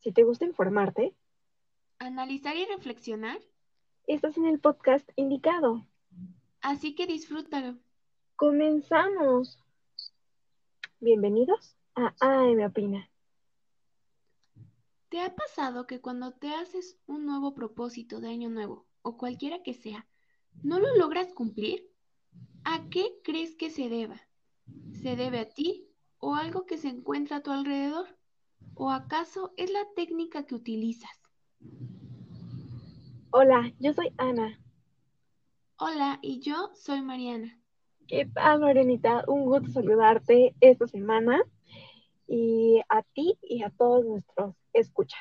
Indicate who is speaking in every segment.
Speaker 1: Si te gusta informarte,
Speaker 2: Analizar y reflexionar,
Speaker 1: estás en el podcast indicado.
Speaker 2: así que disfrútalo.
Speaker 1: ¡Comenzamos! Bienvenidos a AM Opina.
Speaker 2: ¿Te ha pasado que cuando te haces un nuevo propósito de año nuevo, o cualquiera que sea, no lo logras cumplir? ¿A qué crees que se deba? ¿Se debe a ti o algo que se encuentra a tu alrededor? ¿O acaso es la técnica que utilizas?
Speaker 1: Hola, yo soy Ana.
Speaker 2: Hola, y yo soy Mariana.
Speaker 1: ¿Qué tal, Morenita? Un gusto saludarte esta semana y a ti y a todos nuestros escuchas.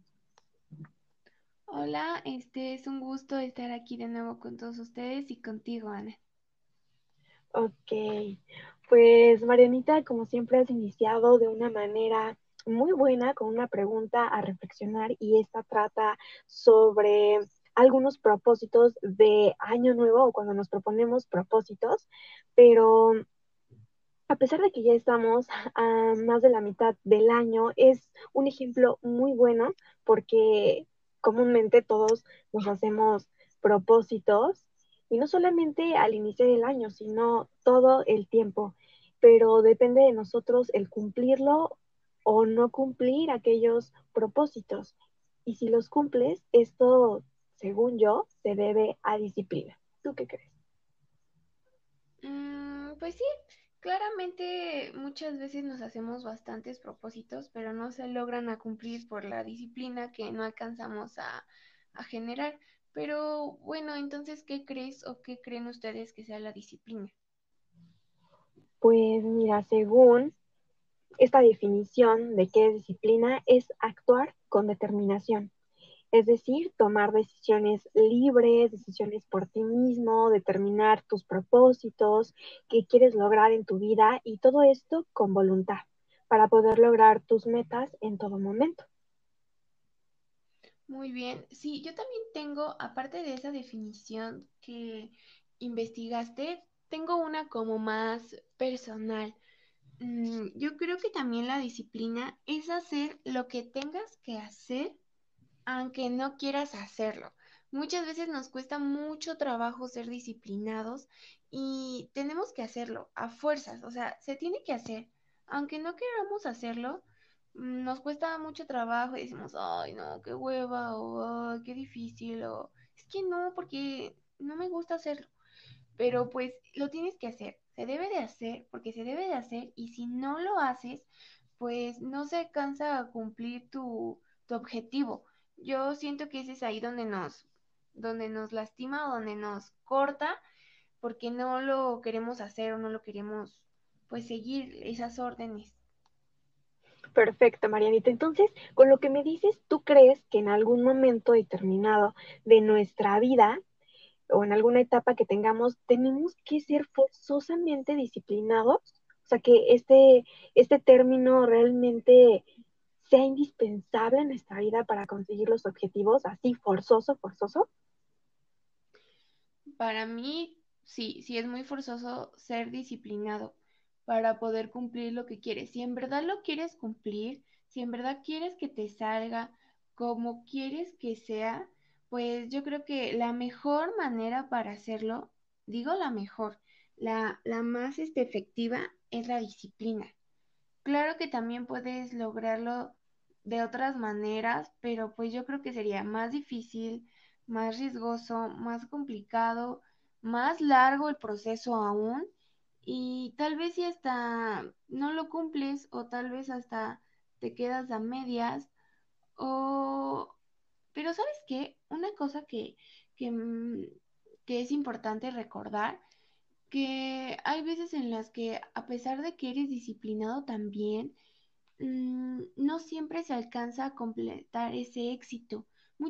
Speaker 2: Hola, es un gusto estar aquí de nuevo con todos ustedes y contigo, Ana.
Speaker 1: Ok, pues Marianita, como siempre has iniciado de una manera muy buena con una pregunta a reflexionar y esta trata sobre algunos propósitos de año nuevo o cuando nos proponemos propósitos, pero a pesar de que ya estamos a más de la mitad del año, es un ejemplo muy bueno porque comúnmente todos nos hacemos propósitos y no solamente al inicio del año, sino todo el tiempo. Pero depende de nosotros el cumplirlo o no cumplir aquellos propósitos. Y si los cumples, esto, según yo, se debe a disciplina. ¿Tú qué crees?
Speaker 2: Pues sí, claramente muchas veces nos hacemos bastantes propósitos, pero no se logran a cumplir por la disciplina que no alcanzamos a generar. Pero bueno, entonces, ¿qué crees o qué creen ustedes que sea la disciplina?
Speaker 1: Pues mira, según esta definición de qué es disciplina es actuar con determinación, es decir, tomar decisiones libres, decisiones por ti mismo, determinar tus propósitos, qué quieres lograr en tu vida y todo esto con voluntad para poder lograr tus metas en todo momento.
Speaker 2: Muy bien, sí, yo también tengo, aparte de esa definición que investigaste, tengo una como más personal. Yo creo que también la disciplina es hacer lo que tengas que hacer aunque no quieras hacerlo. Muchas veces nos cuesta mucho trabajo ser disciplinados y tenemos que hacerlo a fuerzas, o sea, se tiene que hacer. Aunque no queramos hacerlo, nos cuesta mucho trabajo y decimos, ay, no, qué hueva, o "Ay, qué difícil, o es que no, porque no me gusta hacerlo. Pero pues lo tienes que hacer, se debe de hacer, porque se debe de hacer, y si no lo haces, pues no se alcanza a cumplir tu objetivo. Yo siento que ese es ahí donde nos lastima o donde nos corta, porque no lo queremos hacer o no lo queremos, pues, seguir esas órdenes.
Speaker 1: Perfecto, Marianita. Entonces, con lo que me dices, ¿tú crees que en algún momento determinado de nuestra vida o en alguna etapa que tengamos, tenemos que ser forzosamente disciplinados? O sea, que este término realmente sea indispensable en nuestra vida para conseguir los objetivos, así forzoso, forzoso.
Speaker 2: Para mí, sí, sí es muy forzoso ser disciplinado para poder cumplir lo que quieres. Si en verdad lo quieres cumplir, si en verdad quieres que te salga como quieres que sea, pues yo creo que la mejor manera para hacerlo, digo la mejor, la más efectiva es la disciplina. Claro que también puedes lograrlo de otras maneras, pero pues yo creo que sería más difícil, más riesgoso, más complicado, más largo el proceso aún, y tal vez si hasta no lo cumples o tal vez hasta te quedas a medias o... Pero ¿sabes qué? Una cosa que, mm, que es importante recordar, que hay veces en las que a pesar de que eres disciplinado también, no siempre se alcanza a completar ese éxito.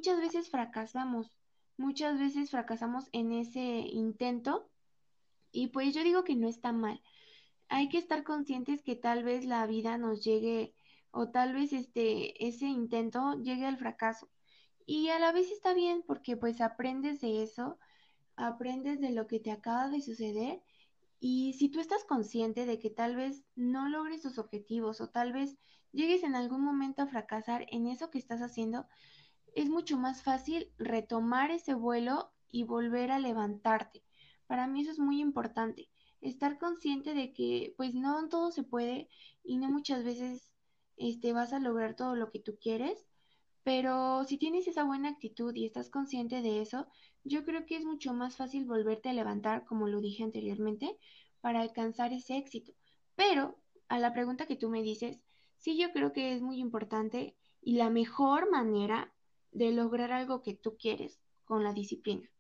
Speaker 2: Muchas veces fracasamos en ese intento y pues yo digo que no está mal. Hay que estar conscientes que tal vez la vida nos llegue o tal vez ese intento llegue al fracaso. Y a la vez está bien porque pues aprendes de eso, aprendes de lo que te acaba de suceder Y si tú estás consciente de que tal vez no logres tus objetivos o tal vez llegues en algún momento a fracasar en eso que estás haciendo, es mucho más fácil retomar ese vuelo y volver a levantarte. Para mí eso es muy importante, estar consciente de que pues no todo se puede y no muchas veces vas a lograr todo lo que tú quieres, pero si tienes esa buena actitud y estás consciente de eso, yo creo que es mucho más fácil volverte a levantar, como lo dije anteriormente, para alcanzar ese éxito. Pero a la pregunta que tú me dices, sí, yo creo que es muy importante y la mejor manera de lograr algo que tú quieres con la disciplina.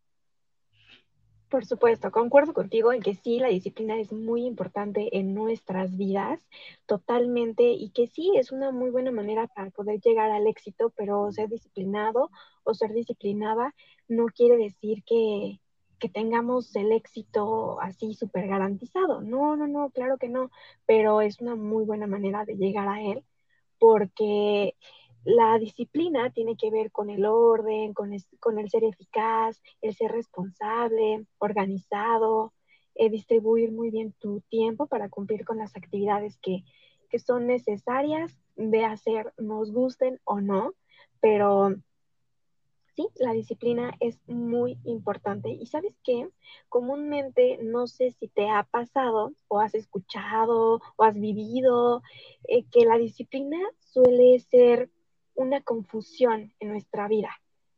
Speaker 1: Por supuesto, concuerdo contigo en que sí, la disciplina es muy importante en nuestras vidas, totalmente, y que sí, es una muy buena manera para poder llegar al éxito, pero ser disciplinado o ser disciplinada no quiere decir que tengamos el éxito así súper garantizado. No, no, no, claro que no, pero es una muy buena manera de llegar a él porque la disciplina tiene que ver con el orden, con el ser eficaz, el ser responsable, organizado, distribuir muy bien tu tiempo para cumplir con las actividades que son necesarias de hacer, nos gusten o no, pero sí, la disciplina es muy importante. ¿Y sabes qué? Comúnmente, no sé si te ha pasado o has escuchado o has vivido que la disciplina suele ser una confusión en nuestra vida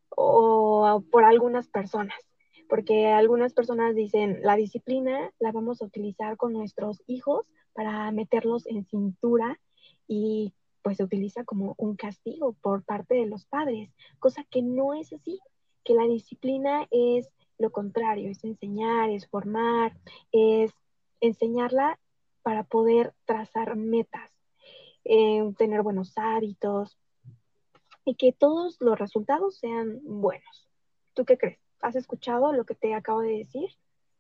Speaker 1: o por algunas personas. Porque algunas personas dicen, la disciplina la vamos a utilizar con nuestros hijos para meterlos en cintura y pues se utiliza como un castigo por parte de los padres, cosa que no es así, que la disciplina es lo contrario, es enseñar, es formar, es enseñarla para poder trazar metas, tener buenos hábitos y que todos los resultados sean buenos. ¿Tú qué crees? ¿Has escuchado lo que te acabo de decir?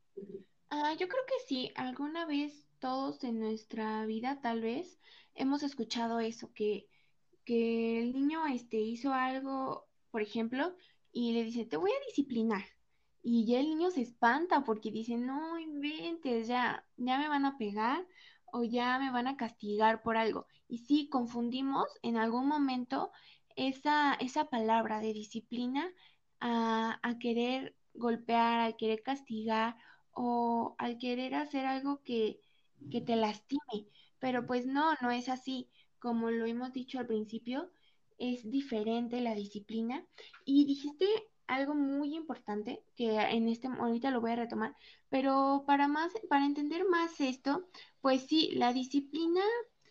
Speaker 2: Yo creo que sí, alguna vez todos en nuestra vida tal vez hemos escuchado eso, que el niño hizo algo, por ejemplo, y le dice, te voy a disciplinar. Y ya el niño se espanta porque dice, no inventes, ya me van a pegar o ya me van a castigar por algo. Y sí, confundimos en algún momento esa palabra de disciplina a querer golpear, a querer castigar o al querer hacer algo que te lastime. Pero pues no, no es así. Como lo hemos dicho al principio, es diferente la disciplina. Y dijiste algo muy importante que ahorita lo voy a retomar, pero para entender más esto, pues sí, la disciplina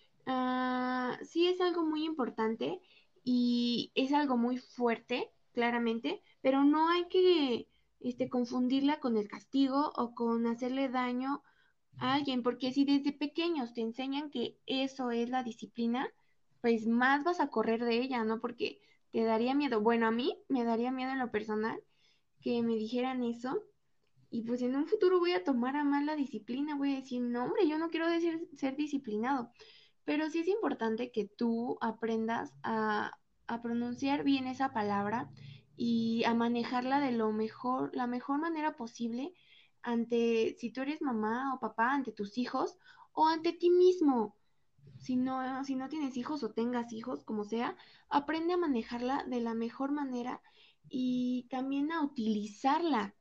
Speaker 2: sí es algo muy importante y es algo muy fuerte, claramente, pero no hay que confundirla con el castigo o con hacerle daño a alguien, porque si desde pequeños te enseñan que eso es la disciplina, pues más vas a correr de ella, ¿no? Porque te daría miedo. Bueno, a mí me daría miedo en lo personal que me dijeran eso. Y pues en un futuro voy a tomar a mal la disciplina, voy a decir, no, hombre, yo no quiero decir ser disciplinado. Pero sí es importante que tú aprendas a pronunciar bien esa palabra y a manejarla de lo mejor, la mejor manera posible ante, si tú eres mamá o papá, ante tus hijos o ante ti mismo. Si no tienes hijos o tengas hijos, como sea, aprende a manejarla de la mejor manera y también a utilizarla.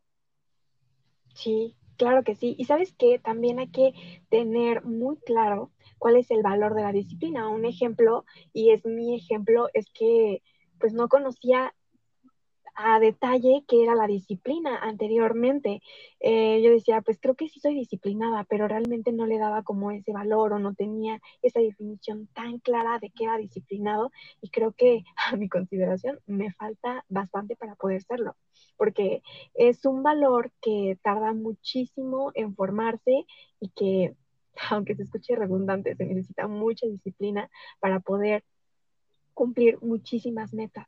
Speaker 1: Sí, claro que sí. Y sabes que también hay que tener muy claro cuál es el valor de la disciplina. Un ejemplo, y es mi ejemplo, es que pues no conocía a detalle qué era la disciplina anteriormente. Yo decía, pues creo que sí soy disciplinada, pero realmente no le daba como ese valor o no tenía esa definición tan clara de qué era disciplinado y creo que a mi consideración me falta bastante para poder serlo, porque es un valor que tarda muchísimo en formarse y que, aunque se escuche redundante, se necesita mucha disciplina para poder cumplir muchísimas metas.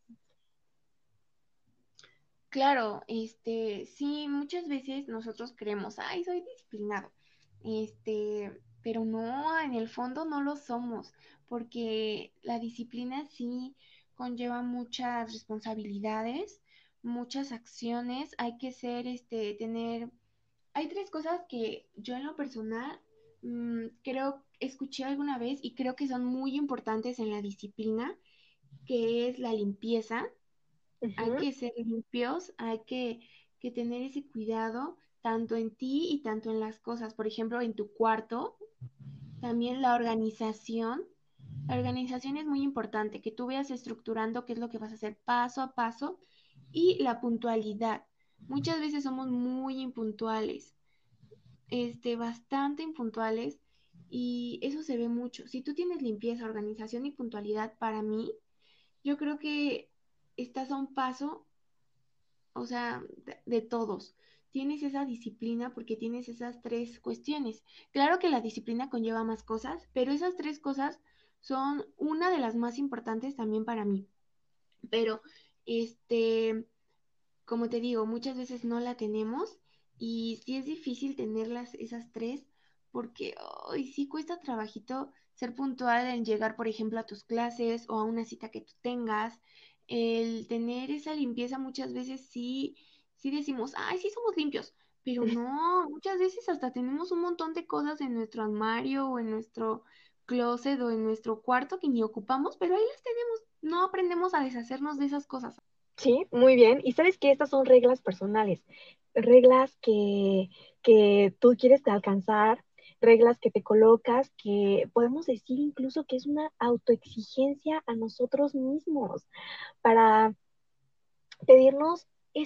Speaker 2: Claro, sí, muchas veces nosotros creemos, ay, soy disciplinado, pero no, en el fondo no lo somos, porque la disciplina sí conlleva muchas responsabilidades, muchas acciones, hay que tener hay tres cosas que yo en lo personal creo, escuché alguna vez y creo que son muy importantes en la disciplina, que es la limpieza. Hay
Speaker 1: Ujú.
Speaker 2: que ser limpios, que tener ese cuidado tanto en ti y tanto en las cosas. Por ejemplo, en tu cuarto, también la organización. La organización es muy importante, que tú veas estructurando qué es lo que vas a hacer paso a paso y la puntualidad. Muchas veces somos muy impuntuales, bastante impuntuales y eso se ve mucho. Si tú tienes limpieza, organización y puntualidad, para mí, yo creo que estás a un paso, o sea, de todos. Tienes esa disciplina porque tienes esas tres cuestiones. Claro que la disciplina conlleva más cosas, pero esas tres cosas son una de las más importantes también para mí. Pero, este, como te digo, muchas veces no la tenemos y sí es difícil tenerlas esas tres porque hoy sí cuesta trabajito ser puntual en llegar, por ejemplo, a tus clases o a una cita que tú tengas. El tener esa limpieza muchas veces sí, sí decimos, ay, sí somos limpios, pero no, muchas veces hasta tenemos un montón de cosas en nuestro armario o en nuestro closet o en nuestro cuarto que ni ocupamos, pero ahí las tenemos. No aprendemos a deshacernos de esas cosas.
Speaker 1: Sí, muy bien. Y sabes que estas son reglas personales, reglas que tú quieres alcanzar, reglas que te colocas, que podemos decir incluso que es una autoexigencia a nosotros mismos para pedirnos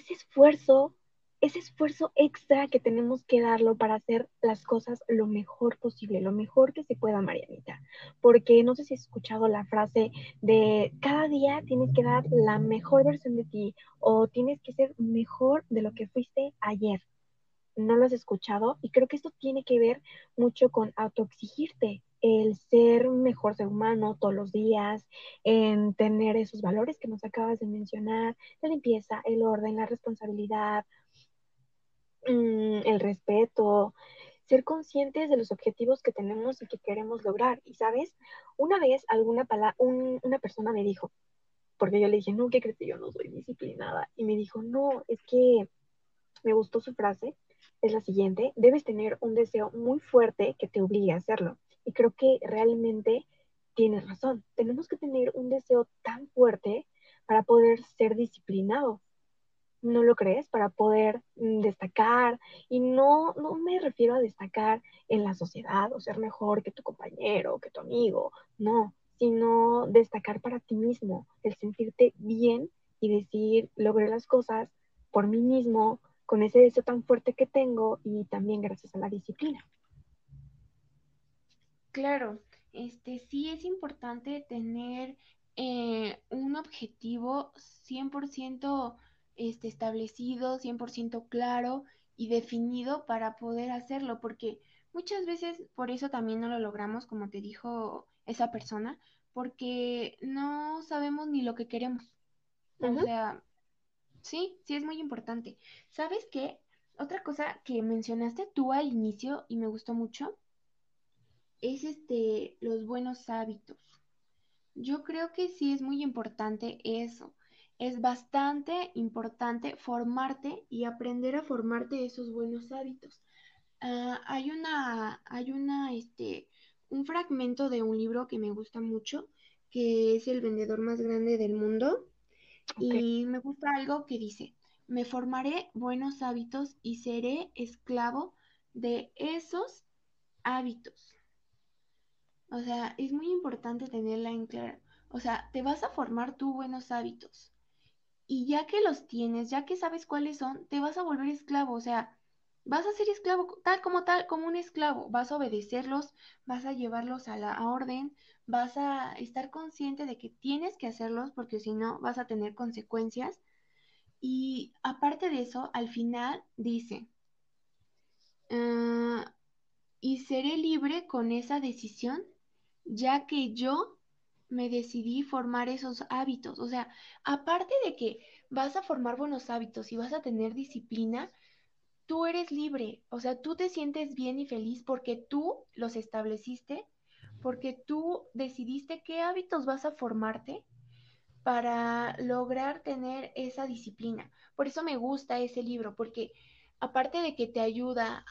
Speaker 1: ese esfuerzo extra que tenemos que darlo para hacer las cosas lo mejor posible, lo mejor que se pueda, Marianita. Porque no sé si has escuchado la frase de cada día tienes que dar la mejor versión de ti o tienes que ser mejor de lo que fuiste ayer. No lo has escuchado y creo que esto tiene que ver mucho con autoexigirte, el ser un mejor ser humano todos los días, en tener esos valores que nos acabas de mencionar, la limpieza, el orden, la responsabilidad, el respeto, ser conscientes de los objetivos que tenemos y que queremos lograr. Y sabes, una vez una persona me dijo, porque yo le dije, no, ¿qué crees que yo no soy disciplinada? Y me dijo, no, es que me gustó su frase, es la siguiente: debes tener un deseo muy fuerte que te obligue a hacerlo. Y creo que realmente tienes razón. Tenemos que tener un deseo tan fuerte para poder ser disciplinado. ¿No lo crees? Para poder destacar. Y no me refiero a destacar en la sociedad o ser mejor que tu compañero, que tu amigo. No, sino destacar para ti mismo, el sentirte bien y decir, logré las cosas por mí mismo, con ese deseo tan fuerte que tengo y también gracias a la disciplina.
Speaker 2: Claro, sí es importante tener un objetivo 100% establecido, 100% claro y definido para poder hacerlo, porque muchas veces por eso también no lo logramos, como te dijo esa persona, porque no sabemos ni lo que queremos. O
Speaker 1: Ujú.
Speaker 2: sea, sí, sí es muy importante. ¿Sabes qué? Otra cosa que mencionaste tú al inicio y me gustó mucho es los buenos hábitos. Yo creo que sí es muy importante eso. Es bastante importante formarte y aprender a formarte esos buenos hábitos. Un fragmento de un libro que me gusta mucho, que es El vendedor más grande del mundo,
Speaker 1: Ok.
Speaker 2: y me gusta algo que dice, me formaré buenos hábitos y seré esclavo de esos hábitos. O sea, es muy importante tenerla en claro. O sea, te vas a formar tú buenos hábitos. Y ya que los tienes, ya que sabes cuáles son, te vas a volver esclavo. O sea, vas a ser esclavo tal, como un esclavo. Vas a obedecerlos, vas a llevarlos a la orden, vas a estar consciente de que tienes que hacerlos porque si no vas a tener consecuencias. Y aparte de eso, al final dice, "Ah, y seré libre con esa decisión, ya que yo me decidí formar esos hábitos". O sea, aparte de que vas a formar buenos hábitos y vas a tener disciplina, tú eres libre. O sea, tú te sientes bien y feliz porque tú los estableciste, porque tú decidiste qué hábitos vas a formarte para lograr tener esa disciplina. Por eso me gusta ese libro, porque aparte de que te ayuda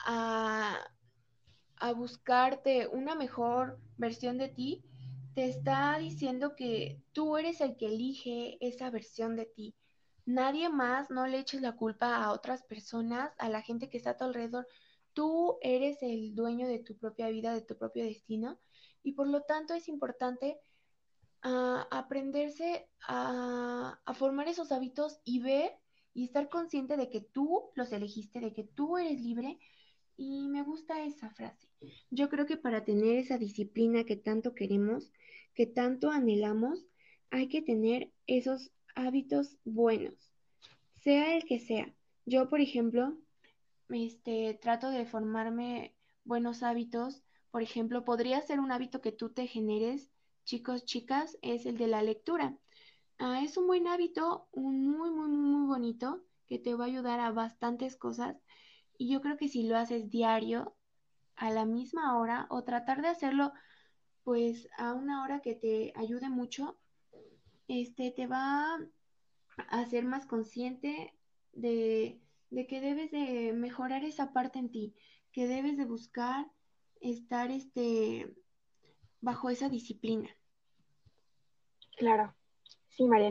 Speaker 2: a buscarte una mejor versión de ti, te está diciendo que tú eres el que elige esa versión de ti. Nadie más, no le eches la culpa a otras personas, a la gente que está a tu alrededor. Tú eres el dueño de tu propia vida, de tu propio destino, y por lo tanto es importante aprenderse a formar esos hábitos y ver y estar consciente de que tú los elegiste, de que tú eres libre. Y me gusta esa frase. Yo creo que para tener esa disciplina que tanto queremos, que tanto anhelamos, hay que tener esos hábitos buenos, sea el que sea. Yo, por ejemplo, trato de formarme buenos hábitos. Por ejemplo, podría ser un hábito que tú te generes, chicos, chicas, es el de la lectura. Es un buen hábito, un muy bonito, que te va a ayudar a bastantes cosas. Y yo creo que si lo haces diario, a la misma hora, o tratar de hacerlo pues a una hora que te ayude mucho, te va a hacer más consciente de, de que debes de mejorar esa parte en ti, que debes de buscar estar bajo esa disciplina.
Speaker 1: Claro, sí, María.